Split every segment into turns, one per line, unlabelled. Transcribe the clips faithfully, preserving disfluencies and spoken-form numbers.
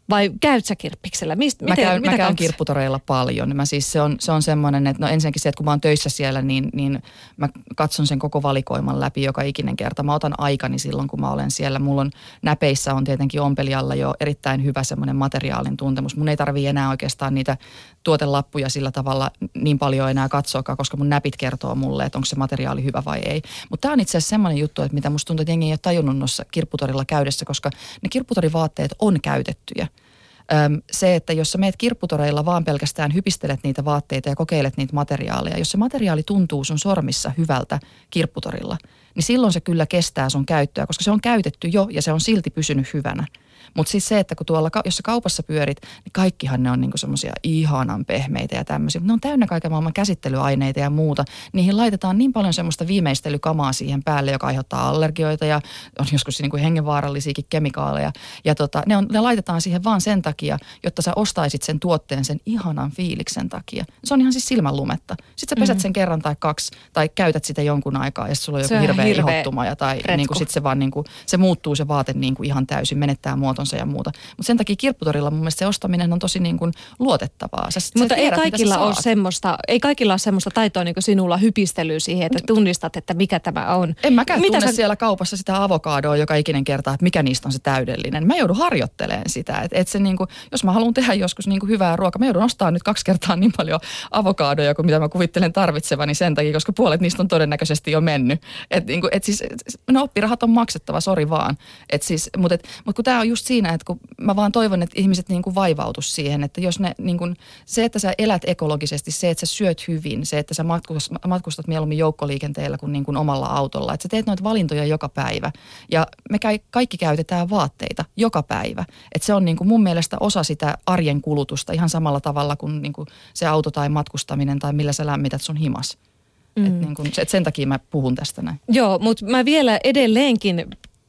Vai käyt sä kirppiksellä? Mist,
Mä
miten,
käyn,
mitä
mä käyn
kautta?
kirpputoreilla paljon. Mä siis se on, se on semmoinen, että no ensinnäkin se, että kun mä oon töissä siellä, niin, niin mä katson sen koko valikoiman läpi joka ikinen kerta. Mä otan aikani silloin, kun mä olen siellä. Mulla on näpeissä on tietenkin ompelijalla jo erittäin hyvä semmoinen materiaalin tuntemus. Mun ei tarvii enää oikeastaan niitä tuotelappuja sillä tavalla niin paljon enää katsoakaan, koska mun näpit kertoo mulle, että onko se materiaali hyvä vai ei. Mutta tää on itse asiassa semmoinen juttu, että mitä musta tuntuu, että jengi ei ole tajunnut noissa kirpputorilla käydessä, koska ne kirpputorivaatteet on käytettyjä. Öm, se, että jos sä meet kirpputoreilla vaan pelkästään hypistelet niitä vaatteita ja kokeilet niitä materiaaleja, jos se materiaali tuntuu sun sormissa hyvältä kirpputorilla, niin silloin se kyllä kestää sun käyttöä, koska se on käytetty jo ja se on silti pysynyt hyvänä. Mutta siis se, että kun tuolla, jos sä kaupassa pyörit, niin kaikkihan ne on niinku semmoisia ihanan pehmeitä ja tämmöisiä. Ne on täynnä kaiken maailman käsittelyaineita ja muuta. Niihin laitetaan niin paljon semmoista viimeistelykamaa siihen päälle, joka aiheuttaa allergioita ja on joskus niinku hengenvaarallisiakin kemikaaleja. Ja tota, ne, on, ne laitetaan siihen vaan sen takia, jotta sä ostaisit sen tuotteen sen ihanan fiiliksen takia. Se on ihan siis silmänlumetta. Sitten sä pesät mm-hmm. sen kerran tai kaksi tai käytät sitä jonkun aikaa ja sulla on joku hirveä, hirveä ihottuma ja tai niinku sit se vaan niinku, se muuttuu se vaate niinku ihan täysin, menettää muotonsa ja muuta. Mutta sen takia kirpputorilla mun mielestä se ostaminen on tosi niin kuin luotettavaa. Sä,
Mutta
sä
ei
tiedät,
kaikilla ole semmoista, ei kaikilla ole semmoista taitoa niin kuin sinulla hypistelyä siihen, että tunnistat, että mikä tämä on.
En mäkään
Mitä
tunne
sä...
siellä kaupassa sitä avokadoa joka ikinen kerta, että mikä niistä on se täydellinen. Mä joudun harjoittelemaan sitä. Että et se niin kuin, jos mä haluan tehdä joskus niin kuin hyvää ruokaa, mä joudun ostamaan nyt kaksi kertaa niin paljon avokadoja kuin mitä mä kuvittelen tarvitsevani sen takia, koska puolet niistä on todennäköisesti jo mennyt. Että niin kuin, et siis, no oppirahat on maksettava, sori vaan. Et siis, mutta mut kun tää on just siinä, että kun mä vaan toivon, että ihmiset niin kuin vaivautus siihen, että jos ne niin kuin, se, että sä elät ekologisesti, se, että sä syöt hyvin, se, että sä matkustat, matkustat mieluummin joukkoliikenteellä kuin, niin kuin omalla autolla, että sä teet noita valintoja joka päivä. Ja me kaikki käytetään vaatteita joka päivä. Että se on niin kuin mun mielestä osa sitä arjen kulutusta ihan samalla tavalla kuin, niin kuin se auto tai matkustaminen tai millä sä lämmität sun himas. Mm. Että niin kuin, et sen takia mä puhun tästä näin.
Joo, mutta mä vielä edelleenkin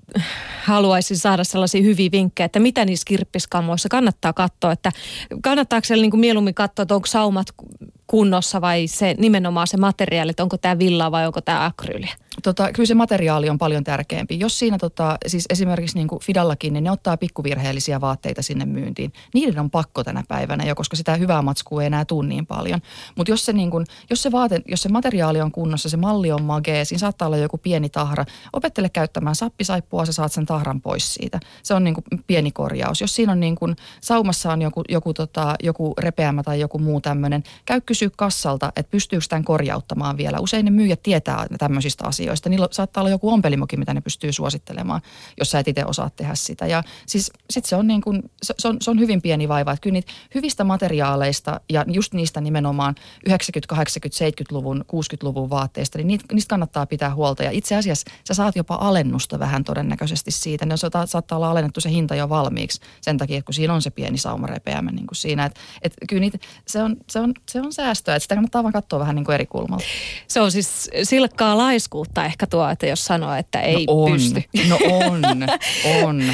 haluaisin saada sellaisia hyviä vinkkejä, että mitä niissä kirppiskammoissa kannattaa katsoa, että kannattaako siellä niin kuin mieluummin katsoa, että onko saumat kunnossa vai se nimenomaan se materiaali, että onko tämä villaa vai onko tämä akryyliä?
Tota, kyllä se materiaali on paljon tärkeämpi. Jos siinä tota, siis esimerkiksi niin kuin Fidallakin, niin ne ottaa pikkuvirheellisiä vaatteita sinne myyntiin. Niiden on pakko tänä päivänä jo, koska sitä hyvää matskua ei enää tule niin paljon. Mutta jos se, niin kuin, jos, se vaate, jos se materiaali on kunnossa, se malli on magee, siinä saattaa olla joku pieni tahra. Opettele käyttämään sappisaippua, sä saat sen tahran pois siitä. Se on niin kuin pieni korjaus. Jos siinä on niin kuin, saumassa on joku, joku, tota, joku repeämä tai joku muu tämmöinen, käy kysyä kassalta, että pystyykö tämän korjauttamaan vielä. Usein ne myyjät tietää tämmöisistä asioista. Niillä saattaa olla joku ompelimokin, mitä ne pystyy suosittelemaan, jos sä et itse osaa tehdä sitä. Ja siis sit se on niin kuin, se on, se on hyvin pieni vaiva. Että kyllä niitä hyvistä materiaaleista ja just niistä nimenomaan yhdeksänkymmentä-, kahdeksankymmentä-, seitsemänkymmentäluvun, kuusikymmentäluvun vaatteista, niin niitä, niistä kannattaa pitää huolta. Ja itse asiassa sä saat jopa alennusta vähän todennäköisesti siitä. Ne saattaa olla alennettu se hinta jo valmiiksi sen takia, että kun siinä on se pieni saumarepeämä niin kuin siinä. Että et kyllä niitä, se on, se on, se on säästöä, että sitä kannattaa vaan katsoa vähän niin kuin eri kulmalta.
Se on siis silkkaa laiskuutta ehkä tuo, että jos sanoo, että ei
no on,
pysty.
No on, on.